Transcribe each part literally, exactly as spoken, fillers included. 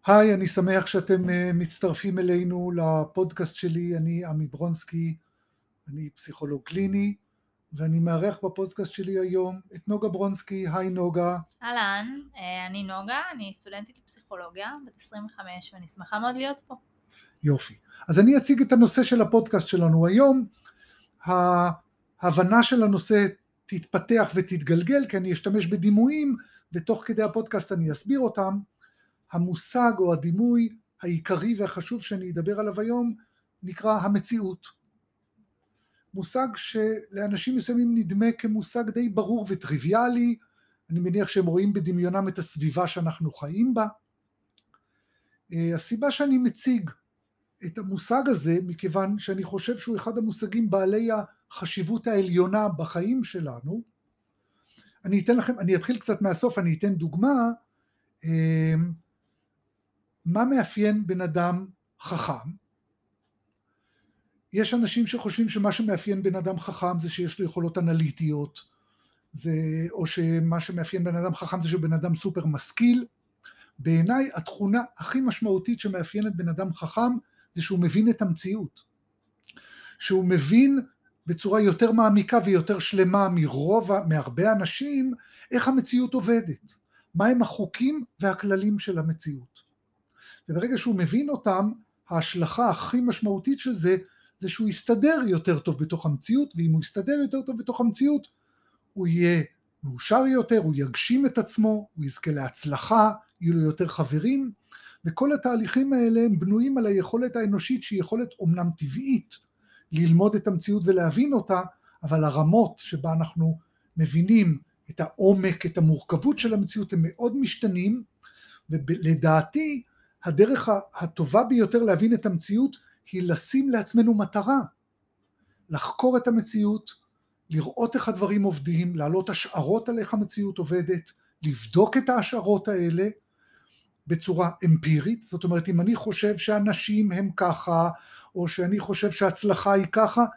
היי, אני שמח שאתם אה, מצטרפים אלינו לפודקאסט שלי. אני עמי ברונסקי, אני פסיכולוג קליני, ואני מארח בפודקאסט שלי היום את נוגה ברונסקי. היי נוגה. אהלן, אני נוגה, אני סטודנטית לפסיכולוגיה, בת עשרים וחמש, ואני שמחה מאוד להיות פה. יופי. אז אני אציג את הנושא של הפודקאסט שלנו היום. ההבנה של הנושא תתפתח ותתגלגל, כי אני אשתמש בדימויים, ותוך כדי הפודקאסט אני אסביר אותם. המושג או הדימוי העיקרי והחשוב שאני אדבר עליו היום נקרא המציאות. מושג שלאנשים מסוימים נדמה כמושג די ברור וטריוויאלי. אני מניח שהם רואים בדמיונם את הסביבה שאנחנו חיים בה. הסיבה שאני מציג את המושג הזה, מכיוון שאני חושב שהוא אחד המושגים בעלי החשיבות העליונה בחיים שלנו. אני אתן לכם, אני אתחיל קצת מהסוף, אני אתן דוגמה. מה מאפיין בן אדם חכם? יש אנשים שחושבים שמה שמאפיין בן אדם חכם זה שיש לו יכולות אנליטיות, זה, או שמה שמאפיין בן אדם חכם זה שהוא בן אדם סופר משכיל. בעיניי התכונה הכי משמעותית שמאפיינת בן אדם חכם זה שהוא מבין את המציאות, שהוא מבין בצורה יותר מעמיקה ויותר שלמה מרוב, מהרבה אנשים, איך המציאות עובדת, מהם החוקים והכללים של המציאות. וברגע שהוא מבין אותם, ההשלכה הכי משמעותית של זה, זה שהוא יסתדר יותר טוב בתוך המציאות, ואם הוא יסתדר יותר טוב בתוך המציאות, הוא יהיה מאושר יותר, הוא יגשים את עצמו, הוא יזכה להצלחה, יהיו לו יותר חברים, וכל התהליכים האלה הם בנויים על היכולת האנושית, שהיא יכולת אומנם טבעית, ללמוד את המציאות ולהבין אותה, אבל הרמות שבה אנחנו מבינים את העומק, את המורכבות של המציאות, הם מאוד משתנים, ולדעתי, הדרך הטובה ביותר להבין את המציאות, היא לשים לעצמנו מטרה, לחקור את המציאות, לראות איך הדברים עובדים, להעלות השערות על איך המציאות עובדת, לבדוק את ההשערות האלה בצורה אמפירית. זאת אומרת, אם אני חושב שאנשים הם ככה, או שאני חושב שההצלחה היא ככה,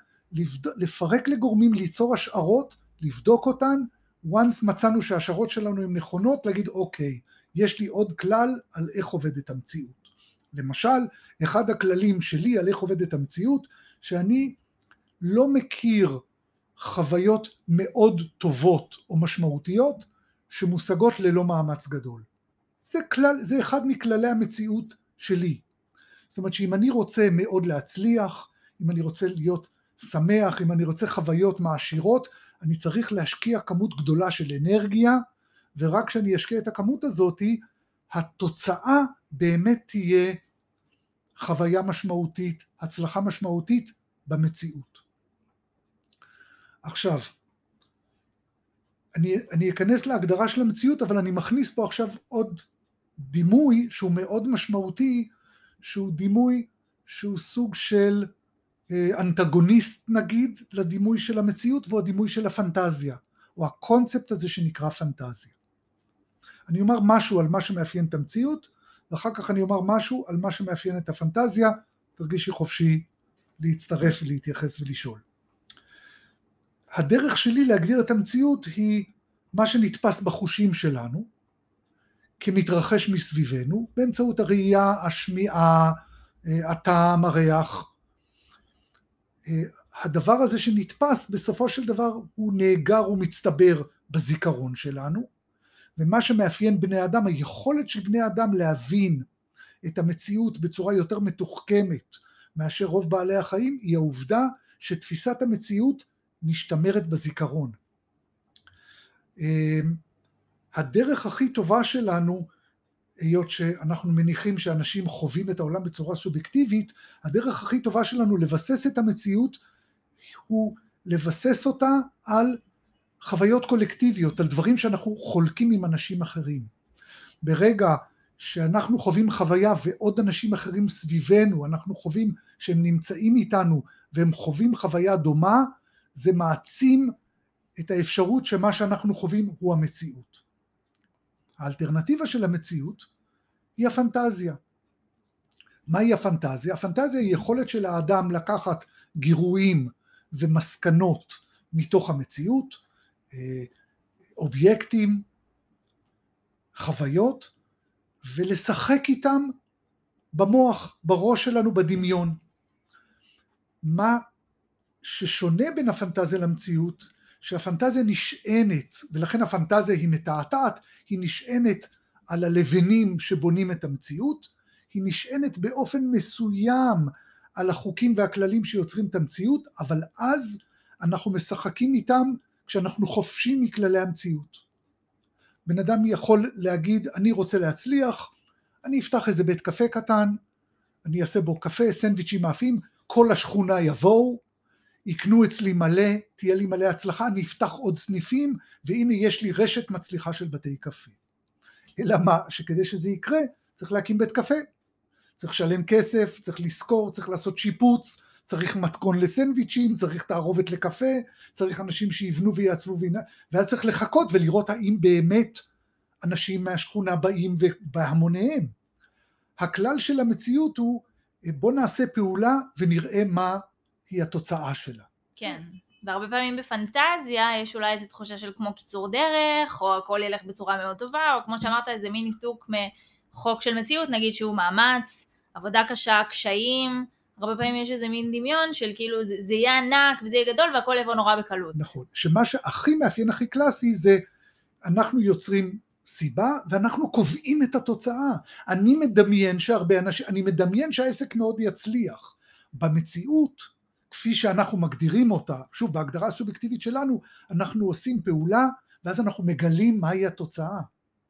לפרק לגורמים, ליצור השערות, לבדוק אותן, once מצאנו שההשערות שלנו הן נכונות, להגיד אוקיי, יש לי עוד כלל על איך עובדת המציאות. למשל, אחד הכללים שלי על איך עובדת המציאות, שאני לא מכיר חוויות מאוד טובות או משמעותיות שמושגות ללא מאמץ גדול. זה כלל, זה אחד מכללי המציאות שלי. זאת אומרת שאם אני רוצה מאוד להצליח, אם אני רוצה להיות שמח, אם אני רוצה חוויות מעשירות, אני צריך להשקיע כמות גדולה של אנרגיה, ורק כשאני אשקיע את הכמות הזאת, התוצאה באמת תהיה חוויה משמעותית, הצלחה משמעותית במציאות. עכשיו, אני, אני אכנס להגדרה של המציאות, אבל אני מכניס פה עכשיו עוד דימוי שהוא מאוד משמעותי, שהוא דימוי שהוא סוג של אנטגוניסט נגיד לדימוי של המציאות, והוא הדימוי של הפנטזיה, או הקונספט הזה שנקרא פנטזיה. אני אומר משהו על מה שמאפיין את המציאות, ואחר כך אני אומר משהו על מה שמאפיין את הפנטזיה. תרגישי חופשי להצטרף ולהתייחס ולשאול. הדרך שלי להגדיר את המציאות היא מה שנתפס בחושים שלנו, כמתרחש מסביבנו, באמצעות הראייה, השמיעה, הטעם, הריח. הדבר הזה שנתפס בסופו של דבר הוא נאגר ומצטבר בזיכרון שלנו, ומה שמאפיין בני אדם, היכולת של בני אדם להבין את המציאות בצורה יותר מתוחכמת מאשר רוב בעלי החיים, היא העובדה שתפיסת המציאות נשתמרת בזיכרון. הדרך הכי טובה שלנו, היות שאנחנו מניחים שאנשים חווים את העולם בצורה סובייקטיבית, הדרך הכי טובה שלנו לבסס את המציאות, הוא לבסס אותה על חוויות קולקטיביות, על דברים שאנחנו חולקים עם אנשים אחרים. ברגע שאנחנו חווים חוויה ועוד אנשים אחרים סביבנו, אנחנו חווים שהם נמצאים איתנו והם חווים חוויה דומה, זה מעצים את האפשרות שמה שאנחנו חווים הוא המציאות. האלטרנטיבה של המציאות היא הפנטזיה. מהי הפנטזיה? הפנטזיה היא יכולת של האדם לקחת גירויים ומסקנות מתוך המציאות, אובייקטים, חוויות, ולשחק איתם במוח, בראש שלנו, בדמיון. מה ששונה בין הפנטזיה למציאות, שהפנטזיה נשענת, ולכן הפנטזיה היא מתעתעת, היא נשענת על הלבנים שבונים את המציאות, היא נשענת באופן מסוים על החוקים והכללים שיוצרים את המציאות, אבל אז אנחנו משחקים איתם כשאנחנו חופשים מכללי המציאות. בן אדם יכול להגיד, אני רוצה להצליח, אני אפתח איזה בית קפה קטן, אני אעשה בו קפה, סנדוויצ'ים מאפים, כל השכונה יבואו, יקנו אצלי מלא, תהיה לי מלא הצלחה, אני אפתח עוד סניפים, והנה יש לי רשת מצליחה של בתי קפה. אלא מה? שכדי שזה יקרה, צריך להקים בית קפה. צריך לשלם כסף, צריך לזכור, צריך לעשות שיפוץ, צריך מתכון לסנדוויצ'ים, צריך תערובת לקפה, צריך אנשים שיבנו ויעצבו, ואז צריך לחכות ולראות האם באמת אנשים מהשכונה באים ובהמוניהם. הכלל של המציאות הוא, בוא נעשה פעולה ונראה מה היא התוצאה שלה. כן, והרבה פעמים בפנטזיה יש אולי איזו תחושה של כמו קיצור דרך, או הכל ילך בצורה מאוד טובה, או כמו שאמרת, איזה מין ניתוק מחוק של מציאות, נגיד שהוא מאמץ, עבודה קשה, קשיים, הרבה פעמים יש איזה מין דמיון של כאילו זה, זה יהיה ענק וזה יהיה גדול והכל יבוא נורא בקלות. נכון, שמה שהכי מאפיין הכי קלאסי זה אנחנו יוצרים סיבה ואנחנו קובעים את התוצאה. אני מדמיין שהרבה אנשים, אני מדמיין שהעסק מאוד יצליח. במציאות, כפי שאנחנו מגדירים אותה, שוב בהגדרה הסובייקטיבית שלנו, אנחנו עושים פעולה ואז אנחנו מגלים מהי התוצאה.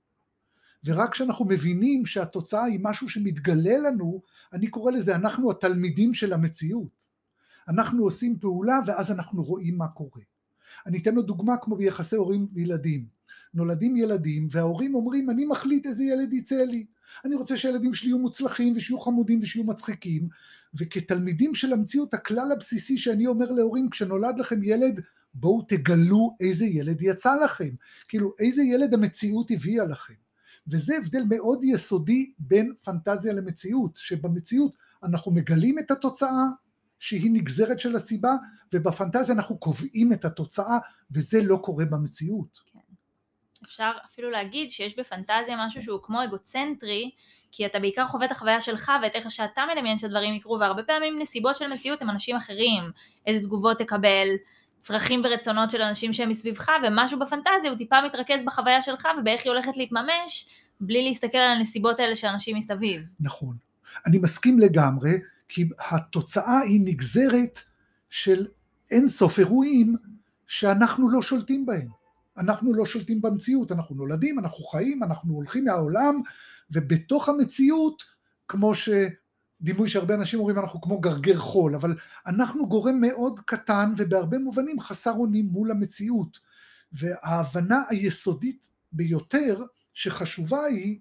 ורק כשאנחנו מבינים שהתוצאה היא משהו שמתגלה לנו, אני קורא לזה, אנחנו התלמידים של המציאות. אנחנו עושים פעולה ואז אנחנו רואים מה קורה. אני אתן לו דוגמה כמו ביחסי הורים וילדים. נולדים ילדים וההורים אומרים, אני מחליט איזה ילד יצא לי. אני רוצה שהילדים שלי יהיו מוצלחים ושיהיו חמודים ושיהיו מצחיקים. וכתלמידים של המציאות, הכלל הבסיסי שאני אומר להורים, כשנולד לכם ילד, בואו תגלו איזה ילד יצא לכם. כאילו, איזה ילד המציאות הביאה לכם. וזה הבדל מאוד יסודי בין פנטזיה למציאות, שבמציאות אנחנו מגלים את התוצאה שהיא נגזרת של הסיבה, ובפנטזיה אנחנו קובעים את התוצאה, וזה לא קורה במציאות. כן. אפשר אפילו להגיד שיש בפנטזיה משהו שהוא כמו אגוצנטרי, כי אתה בעיקר חווה את החוויה שלך ואת איך שאתה מדמיין שדברים יקרו, והרבה פעמים נסיבות של מציאות הם אנשים אחרים, איזה תגובות תקבל, צרכים ורצונות של אנשים שהם מסביבך, ומשהו בפנטזיה הוא טיפה מתרכז בחוויה שלך ובאיך היא הולכת להתממש, בלי להסתכל על הנסיבות האלה של אנשים מסביב. נכון. אני מסכים לגמרי, כי התוצאה היא נגזרת של אין סוף אירועים שאנחנו לא שולטים בהם. אנחנו לא שולטים במציאות, אנחנו נולדים, אנחנו חיים, אנחנו הולכים מהעולם, ובתוך המציאות, כמו שדימוי שהרבה אנשים אומרים, אנחנו כמו גרגר חול, אבל אנחנו גורם מאוד קטן, ובהרבה מובנים חסר אונים מול המציאות. וההבנה היסודית ביותר שחשובה היא,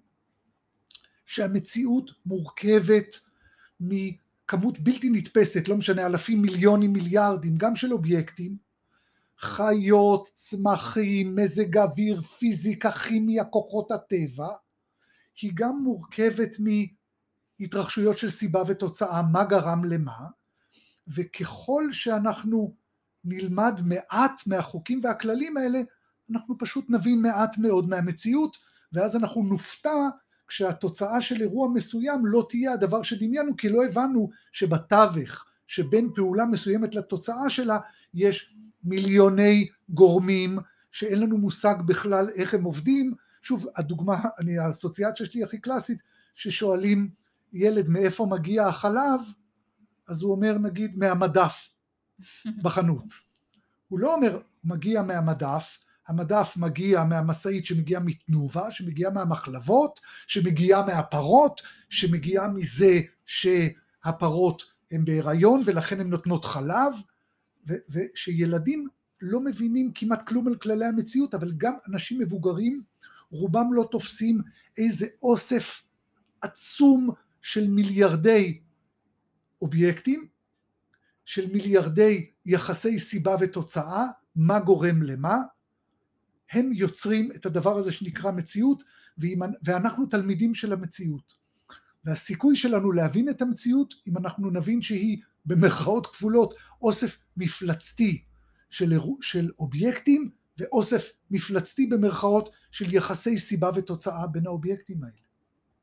שהמציאות מורכבת מכמות בלתי נתפסת, לא משנה, אלפים, מיליונים, מיליארדים, גם של אובייקטים, חיות, צמחים, מזג אוויר, פיזיקה, כימיה, כוחות הטבע, היא גם מורכבת מהתרחשויות של סיבה ותוצאה, מה גרם למה, וככל שאנחנו נלמד מעט מהחוקים והכללים האלה, אנחנו פשוט נבין מעט מאוד מהמציאות, ואז אנחנו נופתע כשהתוצאה של אירוע מסוים לא תהיה הדבר שדמיינו, כי לא הבנו שבתווך שבין פעולה מסוימת לתוצאה שלה, יש מיליוני גורמים שאין לנו מושג בכלל איך הם עובדים. שוב, הדוגמה, אני, האסוציאציה שלי הכי קלאסית, ששואלים ילד מאיפה מגיע החלב, אז הוא אומר נגיד מהמדף בחנות. הוא לא אומר מגיע מהמדף, המדף מגיע מהמסעית שמגיע מתנובה, שמגיע מהמחלבות, שמגיע מהפרות, שמגיע מזה שהפרות הן בהיריון ולכן הן נותנות חלב, ושילדים לא מבינים כמעט כלום על כללי המציאות, אבל גם אנשים מבוגרים, רובם לא תופסים איזה אוסף עצום של מיליארדי אובייקטים, של מיליארדי יחסי סיבה ותוצאה, מה גורם למה, הם יוצרים את הדבר הזה שנקרא מציאות, ואנחנו תלמידים של המציאות. והסיכוי שלנו להבין את המציאות, אם אנחנו נבין שהיא במרכאות כפולות, אוסף מפלצתי של, של אובייקטים, ואוסף מפלצתי במרכאות של יחסי סיבה ותוצאה בין האובייקטים האלה.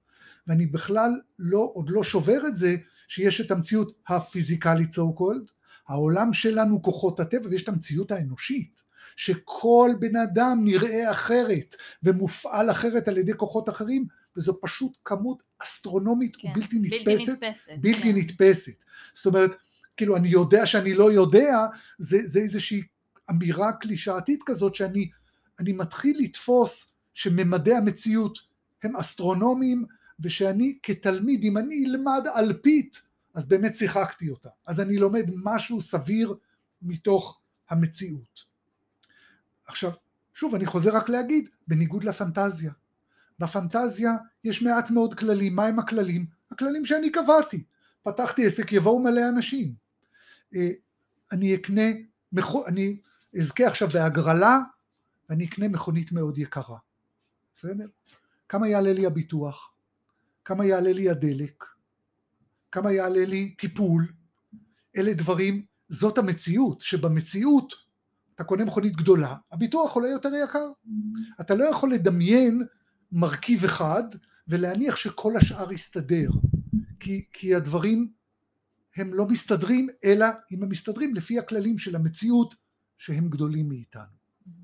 ואני בכלל לא, עוד לא שובר את זה, שיש את המציאות הפיזיקלית so called, העולם שלנו כוחות הטבע, ויש את המציאות האנושית, שכל בן אדם נראה אחרת, ומופעל אחרת על ידי כוחות אחרים, וזו פשוט כמות אסטרונומית כן, ובלתי נתפסת, בלתי נתפסת, בלתי כן. נתפסת. זאת אומרת, כאילו אני יודע שאני לא יודע, זה, זה איזושהי אמירה קלישאתית כזאת, שאני אני מתחיל לתפוס שממדי המציאות הם אסטרונומיים, ושאני כתלמיד, אם אני אלמד אלפית, אז באמת שיחקתי אותה. אז אני לומד משהו סביר מתוך המציאות. עכשיו, שוב, אני חוזר רק להגיד, בניגוד לפנטזיה. בפנטזיה יש מעט מאוד כללים. מה הם הכללים? הכללים שאני קבעתי. פתחתי עסק, יבואו מלא אנשים. אני אקנה, אני אזכה עכשיו בהגרלה, ואני אקנה מכונית מאוד יקרה. בסדר? כמה יעלה לי הביטוח? כמה יעלה לי הדלק? כמה יעלה לי טיפול? אלה דברים, זאת המציאות, שבמציאות אתה קונה מכונית גדולה, הביטוח עולה יותר יקר. אתה לא יכול לדמיין מרכיב אחד, ולהניח שכל השאר יסתדר, כי, כי הדברים הם לא מסתדרים, אלא אם הם מסתדרים לפי הכללים של המציאות, שהם גדולים מאיתנו.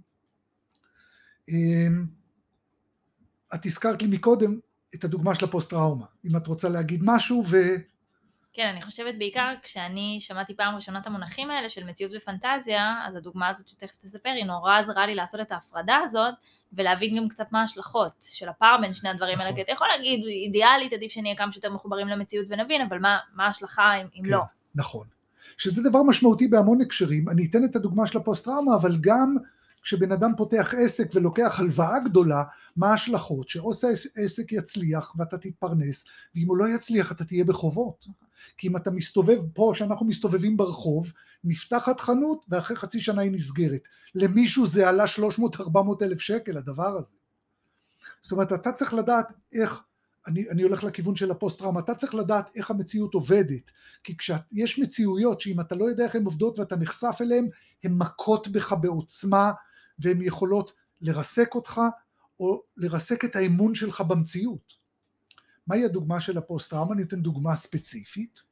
את הזכרת לי מקודם את הדוגמה של הפוסט-טראומה, אם את רוצה להגיד משהו ו... כן, אני חושבת בעיקר כשאני שמעתי פעם ראשונה את המונחים האלה של מציאות ופנטזיה, אז הדוגמה הזאת שתכף תספר היא נורא עזרה לי לעשות את ההפרדה הזאת, ולהבין גם קצת מה ההשלכות של הפער בין שני הדברים האלה, כי אתה יכול להגיד, אידיאלית, עדיף שנהיה כמה שיותר מחוברים למציאות ונבין, אבל מה, מה ההשלכה אם, אם כן, לא? נכון. שזה דבר משמעותי בהמון הקשרים. אני אתן את הדוגמה של הפוסט-טראומה, אבל גם כשבן אדם פותח עסק ולוקח הלוואה גדולה, מה ההשלכות? שעושה עסק יצליח ואתה תתפרנס, ואם הוא לא יצליח אתה תהיה בחובות. כי אם אתה מסתובב פה, שאנחנו מסתובבים ברחוב, נפתחת חנות ואחרי חצי שנה היא נסגרת. למישהו זה עלה שלוש מאות ארבע מאות אלף שקל, הדבר הזה. זאת אומרת, אתה צריך לדעת איך, אני, אני הולך לכיוון של הפוסט-טראומה, אתה צריך לדעת איך המציאות עובדת, כי כשיש מציאויות שאם אתה לא יודע איך הן עובדות ואתה נחשף אליהן, הן מכות בך בעוצמה, והן יכולות לרסק אותך, או לרסק את האמון שלך במציאות. מהי הדוגמה של הפוסט-טראומה? אני אתן דוגמה ספציפית.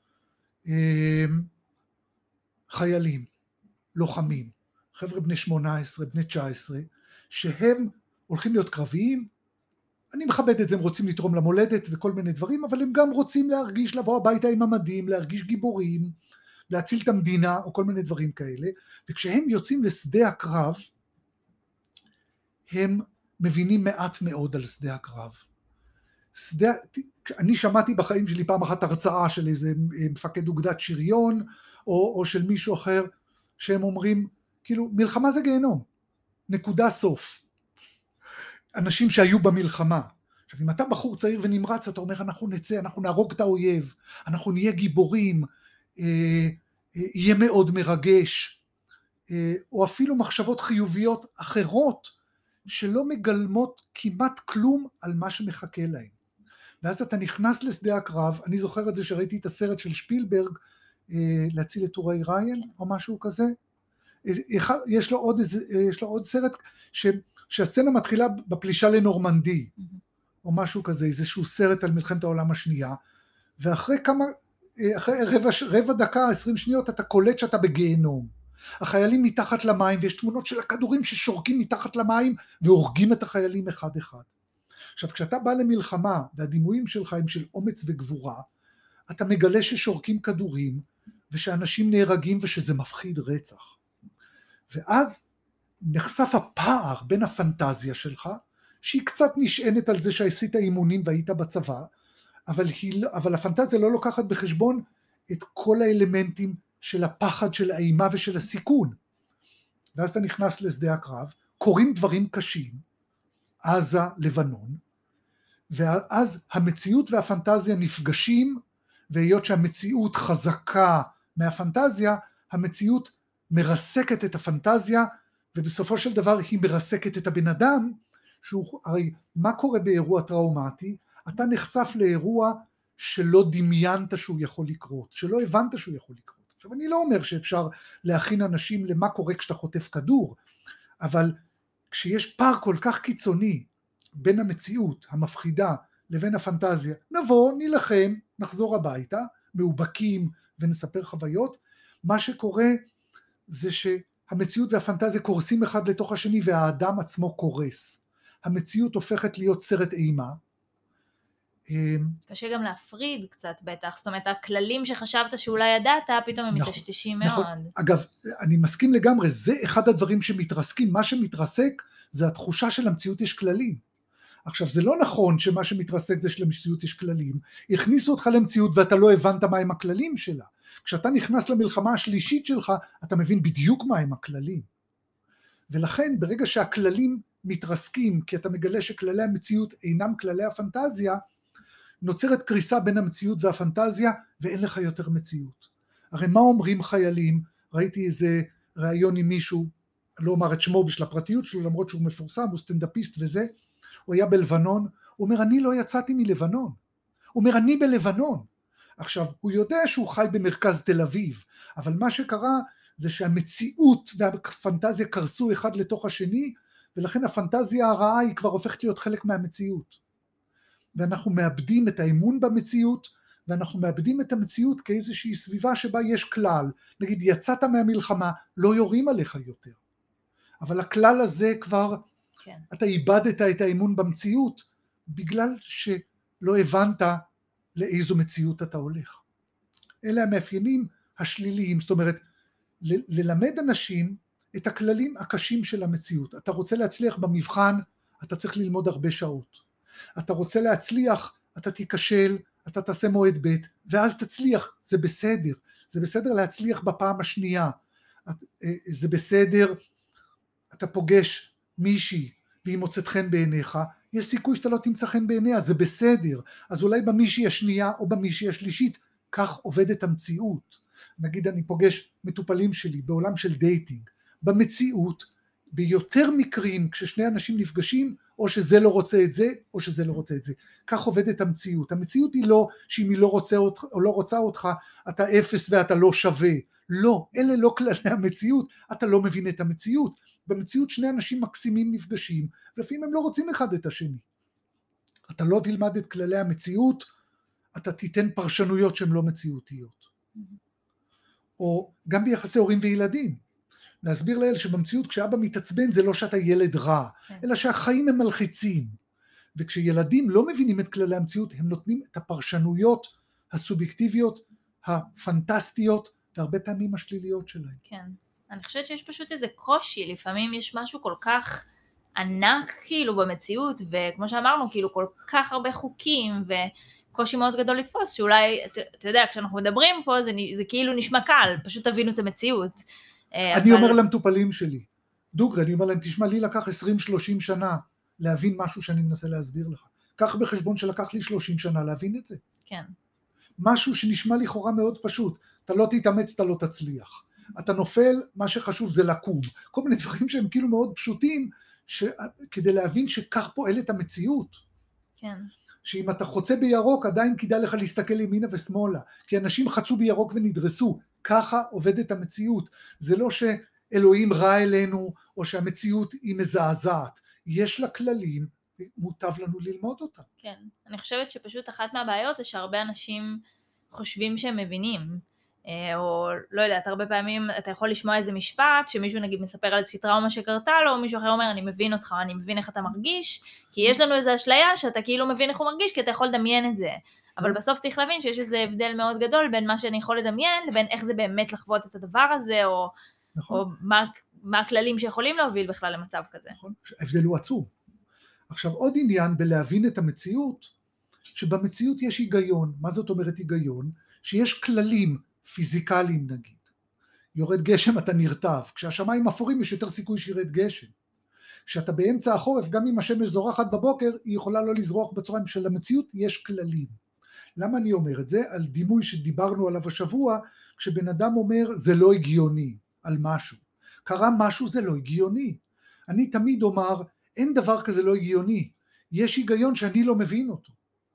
חיילים, לוחמים, חבר'ה בני שמונה עשרה, בני תשע עשרה, שהם הולכים להיות קרביים, אני מכבד את זה, הם רוצים לתרום למולדת וכל מיני דברים, אבל הם גם רוצים להרגיש, לבוא הביתה עם המדים, להרגיש גיבורים, להציל את המדינה או כל מיני דברים כאלה, וכשהם יוצאים לשדה הקרב, הם מבינים מעט מאוד על שדה הקרב. שדה, אני שמעתי בחיים שלי פעם אחת הרצאה של איזה מפקד אוגדת שריון, או, או של מישהו אחר, שהם אומרים, כאילו, מלחמה זה גיהנום, נקודה סוף. אנשים שהיו במלחמה. עכשיו, אם אתה בחור צעיר ונמרץ, אתה אומר, אנחנו נצא, אנחנו נהרוג את האויב, אנחנו נהיה גיבורים, אה, אה, יהיה מאוד מרגש, אה, או אפילו מחשבות חיוביות אחרות, שלא מגלמות כמעט כלום על מה שמחכה להם. ואז אתה נכנס לשדה הקרב, אני זוכר את זה שראיתי את הסרט של שפילברג, אה, להציל את טורי ריין, או משהו כזה, יש לו עוד, יש לו עוד סרט ש, שהסצנה מתחילה בפלישה לנורמנדי, או משהו כזה, איזשהו סרט על מלחמת העולם השנייה, ואחרי כמה, אחרי רבע, רבע דקה, עשרים שניות, אתה קולט שאתה בגיהנום. החיילים מתחת למים, ויש תמונות של הכדורים ששורקים מתחת למים, והורגים את החיילים אחד אחד. עכשיו, כשאתה בא למלחמה, והדימויים שלך הם של אומץ וגבורה, אתה מגלה ששורקים כדורים, ושאנשים נהרגים, ושזה מפחיד רצח. ואז נחשף הפער בין הפנטזיה שלך, שהיא קצת נשענת על זה שעשית אימונים והיית בצבא, אבל, היא, אבל הפנטזיה לא לוקחת בחשבון את כל האלמנטים של הפחד, של האימה ושל הסיכון. ואז אתה נכנס לשדה הקרב, קורים דברים קשים, עזה, לבנון, ואז המציאות והפנטזיה נפגשים, והיות שהמציאות חזקה מהפנטזיה, המציאות מרסקת את הפנטזיה, ובסופו של דבר היא מרסקת את הבן אדם, שהוא, הרי מה קורה באירוע טראומטי? אתה נחשף לאירוע שלא דמיינת שהוא יכול לקרות, שלא הבנת שהוא יכול לקרות. עכשיו אני לא אומר שאפשר להכין אנשים למה קורה כשאתה חוטף כדור, אבל כשיש פער כל כך קיצוני בין המציאות המפחידה לבין הפנטזיה. נבוא, נילחם, נחזור הביתה, מאובקים ונספר חוויות. מה שקורה זה שהמציאות והפנטזיה קורסים אחד לתוך השני והאדם עצמו קורס. המציאות הופכת להיות סרט אימה. קשה גם להפריד קצת בטח, זאת אומרת הכללים שחשבת שאולי ידעת פתאום הם נכון, מתשתשים נכון. מאוד. אגב, אני מסכים לגמרי, זה אחד הדברים שמתרסקים, מה שמתרסק זה התחושה של המציאות יש כללים. עכשיו זה לא נכון שמה שמתרסק זה שלמציאות יש כללים, הכניסו אותך למציאות ואתה לא הבנת מהם הכללים שלה. כשאתה נכנס למלחמה השלישית שלך אתה מבין בדיוק מהם הכללים. ולכן ברגע שהכללים מתרסקים כי אתה מגלה שכללי המציאות אינם כללי הפנטזיה, נוצרת קריסה בין המציאות והפנטזיה ואין לך יותר מציאות. הרי מה אומרים חיילים? ראיתי איזה ראיון עם מישהו, לא אומר את שמו בשביל הפרטיות שלו למרות שהוא מפורסם, הוא סטנדאפיסט וזה, הוא היה בלבנון, הוא אומר אני לא יצאתי מלבנון, הוא אומר אני בלבנון. עכשיו הוא יודע שהוא חי במרכז תל אביב, אבל מה שקרה זה שהמציאות והפנטזיה קרסו אחד לתוך השני, ולכן הפנטזיה הרעה היא כבר הופכת להיות חלק מהמציאות. ואנחנו מאבדים את האמון במציאות, ואנחנו מאבדים את המציאות כאיזושהי סביבה שבה יש כלל, נגיד יצאת מהמלחמה, לא יורים עליך יותר. אבל הכלל הזה כבר, כן. אתה איבדת את האמון במציאות, בגלל שלא הבנת לאיזו מציאות אתה הולך. אלה המאפיינים השליליים, זאת אומרת, ל- ללמד אנשים את הכללים הקשים של המציאות. אתה רוצה להצליח במבחן, אתה צריך ללמוד הרבה שעות. אתה רוצה להצליח, אתה תיכשל, אתה תעשה מועד ב' ואז תצליח, זה בסדר. זה בסדר להצליח בפעם השנייה. זה בסדר, אתה פוגש מישהי והיא מוצאת חן בעיניך, יש סיכוי שאתה לא תמצא חן בעיניה, זה בסדר. אז אולי במישהי השנייה או במישהי השלישית, כך עובדת המציאות. נגיד אני פוגש מטופלים שלי בעולם של דייטינג. במציאות, ביותר מקרים כששני אנשים נפגשים, או שזה לא רוצה את זה, או שזה לא רוצה את זה. כך עובדת המציאות. המציאות היא לא שאם היא לא רוצה אותך, או לא רוצה אותך, אתה אפס ואתה לא שווה. לא, אלה לא כללי המציאות, אתה לא מבין את המציאות. במציאות שני אנשים מקסימים נפגשים, ולפעמים הם לא רוצים אחד את השני. אתה לא תלמד את כללי המציאות, אתה תיתן פרשנויות שהן לא מציאותיות. או גם ביחסי הורים וילדים. להסביר לאלה שבמציאות כשאבא מתעצבן זה לא שאתה ילד רע, אלא שהחיים הם מלחיצים. וכשילדים לא מבינים את כללי המציאות, הם נותנים את הפרשנויות הסובייקטיביות, הפנטסטיות, והרבה פעמים השליליות שלהם. כן, אני חושבת שיש פשוט איזה קושי, לפעמים יש משהו כל כך ענק כאילו במציאות, וכמו שאמרנו, כאילו כל כך הרבה חוקים, וקושי מאוד גדול לתפוס, שאולי, אתה, אתה יודע, כשאנחנו מדברים פה, זה, זה כאילו נשמע קל, פשוט תבינו את המציאות. אני אומר למטופלים שלי, דוגרי, אני אומר להם, תשמע, לי לקח עשרים שלושים שנה להבין משהו שאני מנסה להסביר לך. קח בחשבון שלקח לי שלושים שנה להבין את זה. כן. משהו שנשמע לכאורה מאוד פשוט, אתה לא תתאמץ, אתה לא תצליח. אתה נופל, מה שחשוב זה לקום. כל מיני דברים שהם כאילו מאוד פשוטים, ש... כדי להבין שכך פועלת המציאות. כן. שאם אתה חוצה בירוק, עדיין כדאי לך להסתכל ימינה ושמאלה, כי אנשים חצו בירוק ונדרסו. ככה עובדת המציאות. זה לא שאלוהים רע אלינו, או שהמציאות היא מזעזעת. יש לה כללים, מוטב לנו ללמוד אותם. כן, אני חושבת שפשוט אחת מהבעיות זה שהרבה אנשים חושבים שהם מבינים, או לא יודעת, הרבה פעמים אתה יכול לשמוע איזה משפט, שמישהו נגיד מספר על איזושהי טראומה שקרתה לו, או מישהו אחר אומר, אני מבין אותך, אני מבין איך אתה מרגיש, כי יש לנו איזו אשליה שאתה כאילו מבין איך הוא מרגיש, כי אתה יכול לדמיין את זה. אבל בסוף צריך להבין שיש איזה הבדל מאוד גדול בין מה שאני יכול לדמיין, לבין איך זה באמת לחוות את הדבר הזה, או, נכון. או מה, מה הכללים שיכולים להוביל בכלל למצב כזה. נכון, ההבדל הוא עצום. עכשיו עוד עניין בלהבין את המציאות, שבמציאות יש היגיון. מה זאת אומרת היגיון? שיש כללים פיזיקליים נגיד. יורד גשם אתה נרטב, כשהשמיים אפורים יש יותר סיכוי שירד גשם. כשאתה באמצע החורף, גם אם השמש זורחת בבוקר, היא יכולה לא לזרוח בצהריים. של המציאות יש כללים. למה אני אומר את זה? על דימוי שדיברנו עליו השבוע, כשבן אדם אומר זה לא הגיוני על משהו. קרה משהו זה לא הגיוני. אני תמיד אומר, אין דבר כזה לא הגיוני. יש היגיון שאני לא מבין אותו.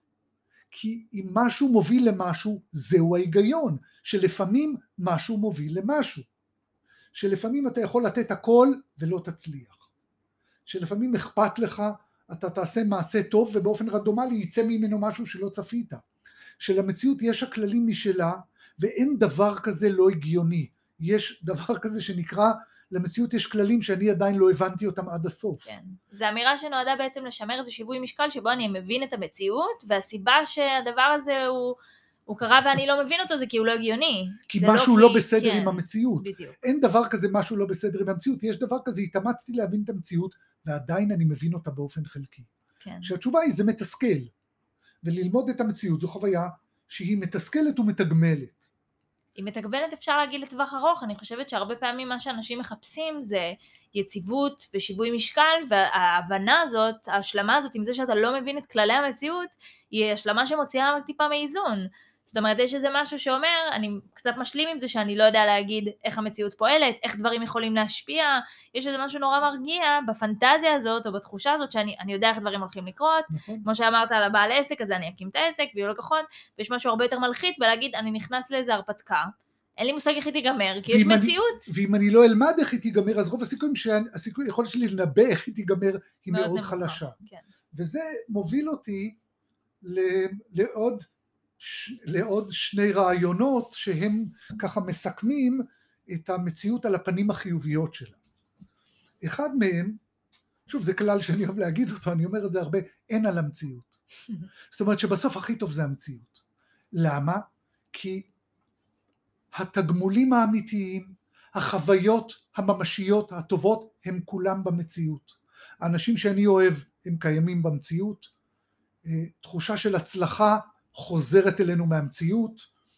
כי אם משהו מוביל למשהו, זהו ההיגיון. שלפעמים משהו מוביל למשהו. שלפעמים אתה יכול לתת הכל ולא תצליח. שלפעמים אכפת לך, אתה תעשה מעשה טוב, ובאופן רנדומלי יצא ממנו משהו שלא צפית. שלמציאות יש הכללים משלה, ואין דבר כזה לא הגיוני. יש דבר כזה שנקרא, למציאות יש כללים שאני עדיין לא הבנתי אותם עד הסוף. כן. זו אמירה שנועדה בעצם לשמר איזה שיווי משקל, שבו אני מבין את המציאות, והסיבה שהדבר הזה הוא, הוא קרה ואני לא מבין אותו, זה כי הוא לא הגיוני. כי משהו לא לא כי... בסדר כן, עם המציאות. בדיוק. אין דבר כזה משהו לא בסדר עם המציאות. יש דבר כזה, התאמצתי להבין את המציאות, ועדיין אני מבין אותה באופן חלקי. כן. שהתשובה היא, זה מתסכל. וללמוד את המציאות זו חוויה שהיא מתסכלת ומתגמלת. היא מתגמלת, אפשר להגיד לטווח ארוך. אני חושבת שהרבה פעמים מה שאנשים מחפשים זה יציבות ושיווי משקל, וההבנה הזאת, ההשלמה הזאת עם זה שאתה לא מבין את כללי המציאות, היא השלמה שמוציאה טיפה מאיזון. זאת אומרת, יש איזה משהו שאומר, אני קצת משלים עם זה שאני לא יודע להגיד איך המציאות פועלת, איך דברים יכולים להשפיע, יש איזה משהו נורא מרגיע בפנטזיה הזאת, או בתחושה הזאת שאני אני יודע איך דברים הולכים לקרות, נכון. כמו שאמרת על הבעל עסק, אז אני אקים את העסק, ויהיו לקוחות, ויש משהו הרבה יותר מלחיץ, ולהגיד, אני נכנס לאיזה הרפתקה, אין לי מושג איך היא תיגמר, כי יש מציאות. אני, ואם אני לא אלמד איך היא תיגמר, אז רוב הסיכויים שהסיכוי יכול שלי לנבא איך היא תיגמר, היא מאוד, מאוד חלשה. כן. וזה מוביל אותי לעוד, לעוד שני רעיונות שהם ככה מסכמים את המציאות על הפנים החיוביות שלה. אחד מהם, שוב זה כלל שאני אוהב להגיד אותו, אני אומר את זה הרבה, אין על המציאות. זאת אומרת שבסוף הכי טוב זה המציאות. למה? כי התגמולים האמיתיים, החוויות הממשיות הטובות, הם כולם במציאות. האנשים שאני אוהב הם קיימים במציאות, תחושה של הצלחה חוזרת אלינו מהמציאות,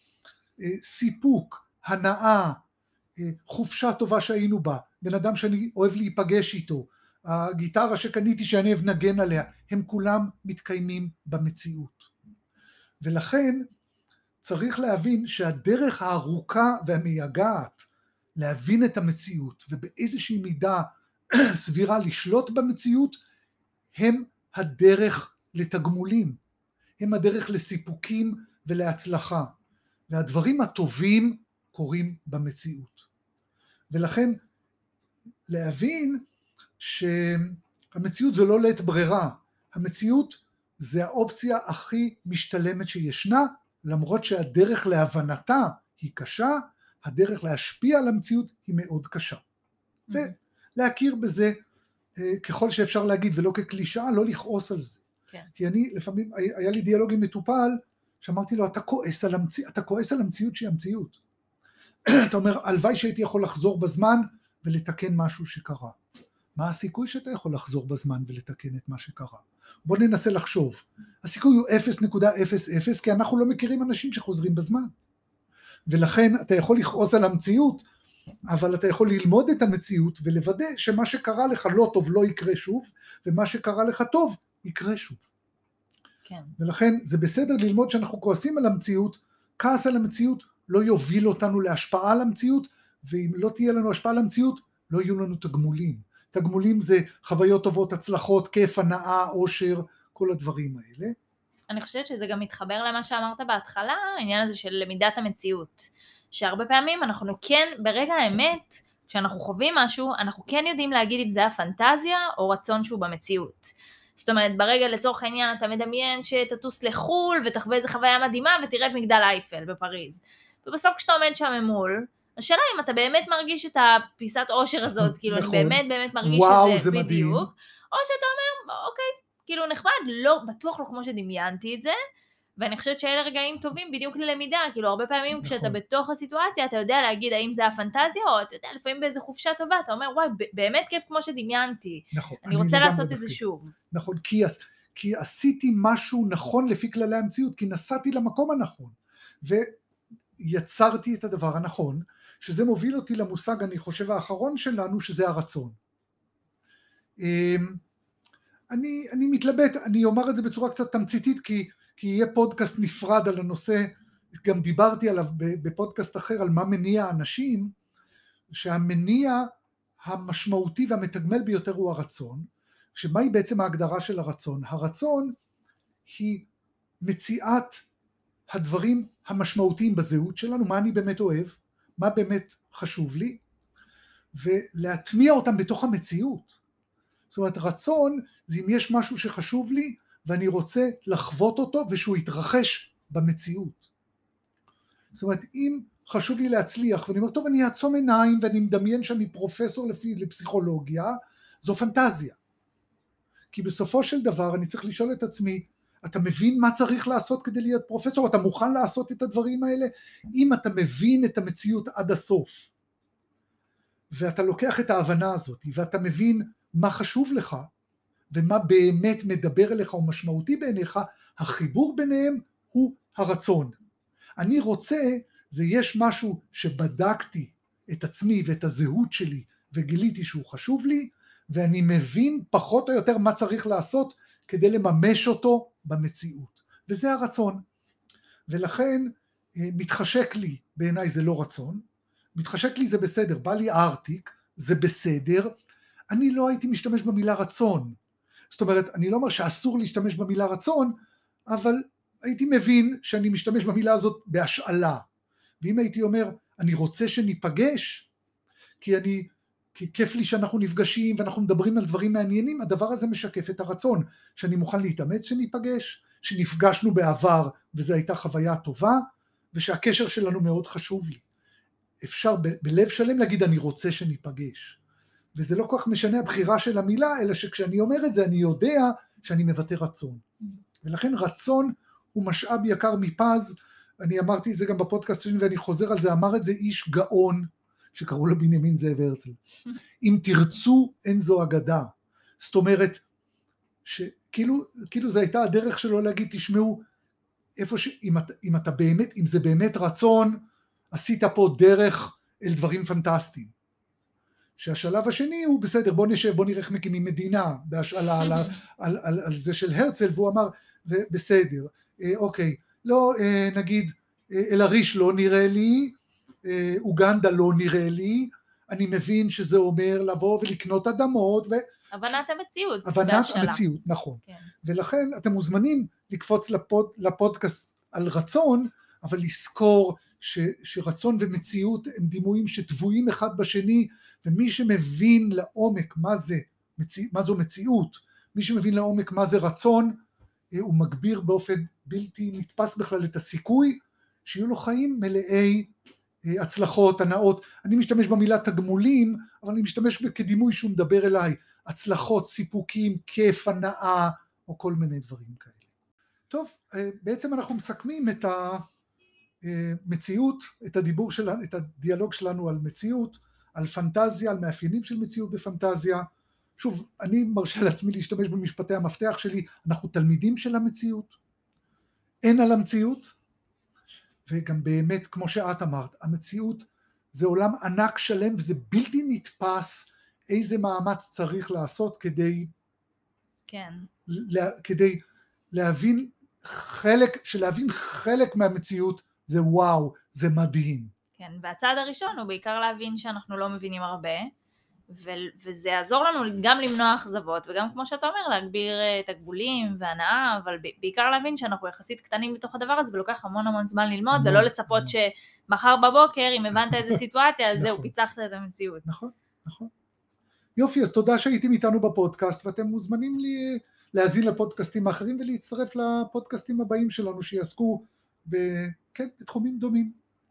סיפוק, הנאה, חופשה טובה שהיינו בה, בן אדם שאני אוהב להיפגש איתו, הגיטרה שקניתי שאני אוהב נגן עליה, הם כולם מתקיימים במציאות. ולכן צריך להבין שהדרך הארוכה והמייגעת להבין את המציאות ובאיזושהי מידה סבירה לשלוט במציאות, הם הדרך לתגמולים, הם הדרך לסיפוקים ולהצלחה, והדברים הטובים קורים במציאות. ולכן להבין שהמציאות זה לא לית ברירה, המציאות זה האופציה הכי משתלמת שישנה, למרות שהדרך להבנתה היא קשה, הדרך להשפיע על המציאות היא מאוד קשה. Mm-hmm. ולהכיר בזה ככל שאפשר להגיד, ולא כקלישאה, לא לכעוס על זה. כן. כי אני לפעמים, היה לי דיאלוג עם מטופל, שאמרתי לו, אתה כועס על המציאות, אתה כועס על המציאות שהיא המציאות. אתה אומר, הלוואי שהייתי יכול לחזור בזמן ולתקן משהו שקרה. מה הסיכוי שאתה יכול לחזור בזמן ולתקן את מה שקרה? בוא ננסה לחשוב. הסיכוי הוא אפס נקודה אפס אפס, כי אנחנו לא מכירים אנשים שחוזרים בזמן. ולכן אתה יכול לכעוס על המציאות, אבל אתה יכול ללמוד את המציאות ולוודא שמה שקרה לך לא טוב לא יקרה שוב, ומה שקרה לך טוב יקרה שוב. כן. ולכן זה בסדר ללמוד שאנחנו כועסים על המציאות, כעס על המציאות לא יוביל אותנו להשפעה על המציאות, ואם לא תהיה לנו השפעה על המציאות, לא יהיו לנו תגמולים. תגמולים זה חוויות טובות, הצלחות, כיף, הנאה, עושר, כל הדברים האלה. אני חושבת שזה גם מתחבר למה שאמרת בהתחלה, העניין הזה של למידת המציאות. שהרבה פעמים אנחנו כן, ברגע האמת, כשאנחנו חווים משהו, אנחנו כן יודעים להגיד אם זה היה פנטזיה או רצון שהוא במציאות. זאת אומרת, ברגע לצורך העניין אתה מדמיין שתטוס לחול ותחווה איזו חוויה מדהימה ותראה את מגדל אייפל בפריז. ובסוף כשאתה עומד שם ממול, השאלה אם אתה באמת מרגיש את הפיסת עושר הזאת, כאילו אני באמת באמת מרגיש שזה בדיוק, או שאתה אומר, אוקיי, כאילו נחמד, לא, בטוח לא כמו שדמיינתי את זה, ואני חושבת שאלה רגעים טובים בדיוק ללמידה, כאילו הרבה פעמים כשאתה בתוך הסיטואציה, אתה יודע להגיד האם זה הפנטזיה, או אתה יודע, לפעמים באיזה חופשה טובה, אתה אומר, וואי, באמת כיף כמו שדמיינתי, אני רוצה לעשות את זה שוב. נכון, כי עשיתי משהו נכון לפי כללי המציאות, כי נסעתי למקום הנכון, ויצרתי את הדבר הנכון, שזה מוביל אותי למושג, אני חושב, האחרון שלנו, שזה הרצון. אני, אני מתלבט, אני אומר את זה בצורה קצת תמציתית, כי, כי יהיה פודקאסט נפרד על הנושא, גם דיברתי עליו בפודקאסט אחר, על מה מניע אנשים, שהמניע המשמעותי והמתגמל ביותר הוא הרצון, שמהי בעצם ההגדרה של הרצון? הרצון היא מציאת הדברים המשמעותיים בזהות שלנו, מה אני באמת אוהב, מה באמת חשוב לי, ולהטמיע אותם בתוך המציאות. זאת אומרת, רצון זה אם יש משהו שחשוב לי, ואני רוצה לחוות אותו, ושהוא יתרחש במציאות. זאת אומרת, אם חשוב לי להצליח, ואני אומר, טוב, אני אעצום עיניים, ואני מדמיין שאני פרופסור לפי, לפסיכולוגיה, זו פנטזיה. כי בסופו של דבר, אני צריך לשאול את עצמי, אתה מבין מה צריך לעשות כדי להיות פרופסור? אתה מוכן לעשות את הדברים האלה? אם אתה מבין את המציאות עד הסוף, ואתה לוקח את ההבנה הזאת, ואתה מבין מה חשוב לך, ומה באמת מדבר אליך או משמעותי בעיניך, החיבור ביניהם הוא הרצון. אני רוצה, זה יש משהו שבדקתי את עצמי ואת הזהות שלי, וגיליתי שהוא חשוב לי, ואני מבין פחות או יותר מה צריך לעשות, כדי לממש אותו במציאות. וזה הרצון. ולכן מתחשק לי, בעיניי זה לא רצון, מתחשק לי זה בסדר, בא לי ארטיק, זה בסדר, אני לא הייתי משתמש במילה רצון. זאת אומרת, אני לא אומר שאסור להשתמש במילה רצון, אבל הייתי מבין שאני משתמש במילה הזאת בהשאלה. ואם הייתי אומר, אני רוצה שניפגש, כי אני, כי כיף לי שאנחנו נפגשים ואנחנו מדברים על דברים מעניינים, הדבר הזה משקף את הרצון, שאני מוכן להתאמץ שניפגש, שנפגשנו בעבר וזו הייתה חוויה טובה, ושהקשר שלנו מאוד חשוב לי. אפשר ב- בלב שלם להגיד אני רוצה שניפגש. וזה לא כל כך משנה הבחירה של המילה, אלא שכשאני אומר את זה אני יודע שאני מבטא רצון. ולכן רצון הוא משאב יקר מפז, אני אמרתי את זה גם בפודקאסט שלי ואני חוזר על זה, אמר את זה איש גאון, שקראו לו בנימין זאב הרצל. אם תרצו אין זו אגדה. זאת אומרת, שכאילו כאילו זה הייתה הדרך שלו להגיד, תשמעו, איפה ש... אם, אתה, אם אתה באמת, אם זה באמת רצון, עשית פה דרך אל דברים פנטסטיים. שהשלב השני הוא בסדר, בוא נשב, בוא נראה איך מקימים מדינה, בהשאלה על, על, על, על, על זה של הרצל, והוא אמר, בסדר, אה, אוקיי, לא אה, נגיד, אה, אל-עריש לא נראה לי, אה, אוגנדה לא נראה לי, אני מבין שזה אומר לבוא ולקנות אדמות, ו... הבנת המציאות. הבנת בהשאלה. המציאות, נכון. כן. ולכן אתם מוזמנים לקפוץ לפוד, לפודקאסט על רצון, אבל לזכור ש, שרצון ומציאות הם דימויים שטבועים אחד בשני, ומי שמבין לעומק מה זה, מה זו מציאות, מי שמבין לעומק מה זה רצון, הוא מגביר באופן בלתי נתפס בכלל את הסיכוי, שיהיו לו חיים מלאי הצלחות, הנאות. אני משתמש במילה תגמולים, אבל אני משתמש כדימוי שהוא מדבר אליי, הצלחות, סיפוקים, כיף, הנאה, או כל מיני דברים כאלה. טוב, בעצם אנחנו מסכמים את המציאות, את הדיבור שלנו, את הדיאלוג שלנו על מציאות, על פנטזיה, על מאפיינים של מציאות בפנטזיה. שוב, אני מרשה לעצמי להשתמש במשפטי המפתח שלי, אנחנו תלמידים של המציאות, אין על המציאות, וגם באמת, כמו שאת אמרת, המציאות זה עולם ענק שלם, וזה בלתי נתפס איזה מאמץ צריך לעשות כדי, כן. לה, כדי להבין חלק, שלהבין חלק מהמציאות זה וואו, זה מדהים. כן, והצעד הראשון הוא בעיקר להבין שאנחנו לא מבינים הרבה, ו- וזה יעזור לנו גם למנוע אכזבות, וגם כמו שאתה אומר, להגביר תגבולים והנאה, אבל ב- בעיקר להבין שאנחנו יחסית קטנים בתוך הדבר הזה, ולוקח המון המון זמן ללמוד, המון, ולא לצפות המון. שמחר בבוקר, אם הבנת איזה סיטואציה, אז זהו, נכון. פיצחת את המציאות. נכון, נכון. יופי, אז תודה שהייתם איתנו בפודקאסט, ואתם מוזמנים לי להאזין לפודקאסטים האחרים, ולהצטרף לפודקאסטים הבאים שלנו, שיעסקו ב- כן, בתחומים דומים.